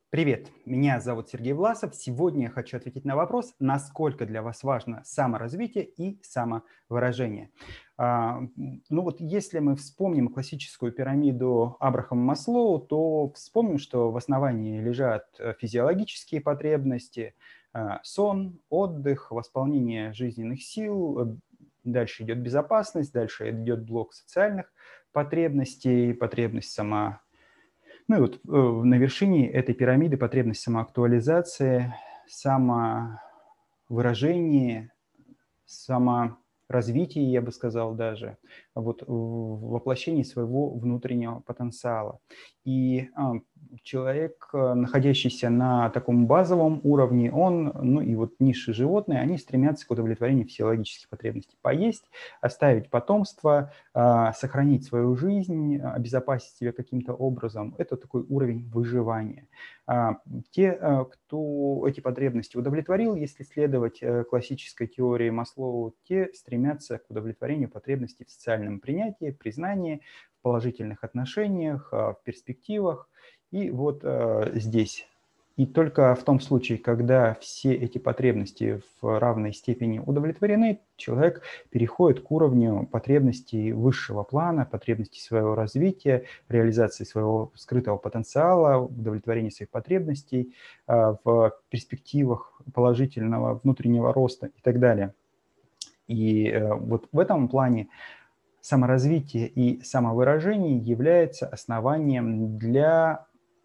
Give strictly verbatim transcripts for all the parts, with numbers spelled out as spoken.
Привет, меня зовут Сергей Власов. Сегодня я хочу ответить на вопрос, насколько для вас важно саморазвитие и самовыражение. А, м, Ну вот если мы вспомним классическую пирамиду Абрахама Маслоу, то вспомним, что в основании лежат э, физиологические потребности, а, сон, отдых, восполнение жизненных сил, э, дальше идет безопасность, дальше идет блок социальных потребностей, потребность сама ну и вот э, на вершине этой пирамиды потребность самоактуализации, самовыражение, саморазвитие, я бы сказал даже, вот в воплощении своего внутреннего потенциала. И а, человек, э, находящийся на таком базовом уровне, он, ну и вот низшие животные, они стремятся к удовлетворению физиологических потребностей. Поесть, оставить потомство, а, сохранить свою жизнь, обезопасить себя каким-то образом. Это такой уровень выживания. А, Те, э, кто эти потребности удовлетворил, если следовать э, классической теории Маслоу, те стремятся к удовлетворению потребностей в социальном принятии, признании, в положительных отношениях, а, в перспективах. И вот э, здесь. И только в том случае, когда все эти потребности в равной степени удовлетворены, человек переходит к уровню потребностей высшего плана, потребностей своего развития, реализации своего скрытого потенциала, удовлетворения своих потребностей, а, в перспективах положительного внутреннего роста и так далее. И э, вот в этом плане саморазвитие и самовыражение является основанием для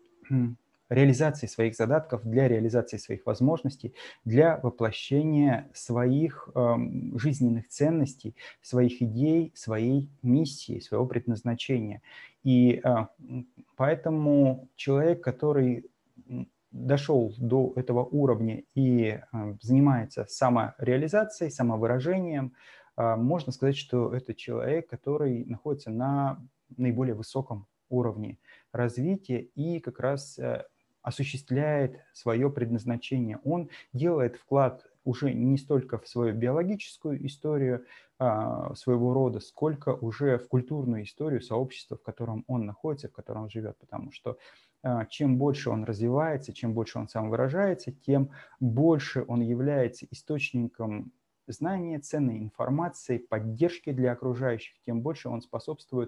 м, реализации своих задатков, для реализации своих возможностей, для воплощения своих эм, жизненных ценностей, своих идей, своей миссии, своего предназначения. И э, м, поэтому человек, который м, дошел до этого уровня и э, занимается самореализацией, самовыражением, э, можно сказать, что это человек, который находится на наиболее высоком уровне развития и как раз э, осуществляет свое предназначение. Он делает вклад уже не столько в свою биологическую историю а, своего рода, сколько уже в культурную историю сообщества, в котором он находится, в котором он живет. Потому что а, чем больше он развивается, чем больше он самовыражается, тем больше он является источником знания, ценной информации, поддержки для окружающих, тем больше он способствует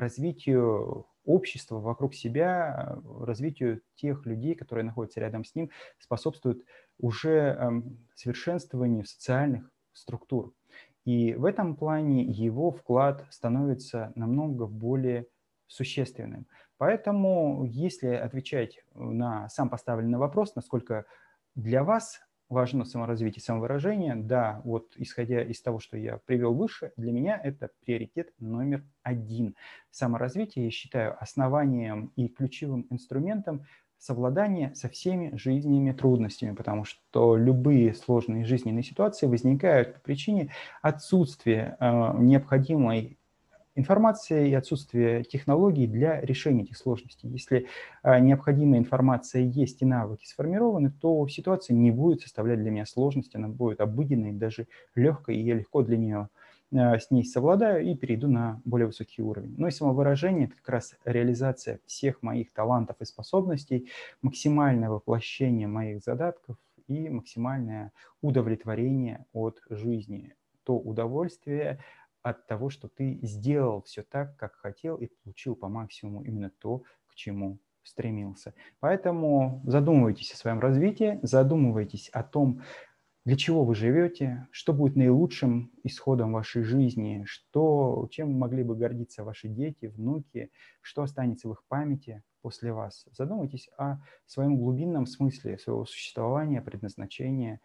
развитию общества вокруг себя, развитию тех людей, которые находятся рядом с ним, способствует уже эм, совершенствованию социальных структур. И в этом плане его вклад становится намного более существенным. Поэтому, если отвечать на сам поставленный вопрос, насколько для вас важно саморазвитие, самовыражение, да, вот исходя из того, что я привел выше, для меня это приоритет номер один. Саморазвитие я считаю основанием и ключевым инструментом совладания со всеми жизненными трудностями, потому что любые сложные жизненные ситуации возникают по причине отсутствия э, необходимой информации и отсутствие технологий для решения этих сложностей. Если а, необходимая информация есть и навыки сформированы, то ситуация не будет составлять для меня сложности, она будет обыденной, даже легкой, и я легко для нее а, с ней совладаю и перейду на более высокий уровень. Ну и самовыражение – это как раз реализация всех моих талантов и способностей, максимальное воплощение моих задатков и максимальное удовлетворение от жизни. То удовольствие, от того, что ты сделал все так, как хотел, и получил по максимуму именно то, к чему стремился. Поэтому задумывайтесь о своем развитии, задумывайтесь о том, для чего вы живете, что будет наилучшим исходом вашей жизни, что, чем могли бы гордиться ваши дети, внуки, что останется в их памяти после вас. Задумайтесь о своем глубинном смысле своего существования, предназначения.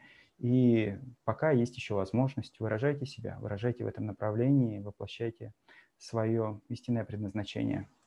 И пока есть еще возможность, выражайте себя, выражайте в этом направлении, воплощайте свое истинное предназначение.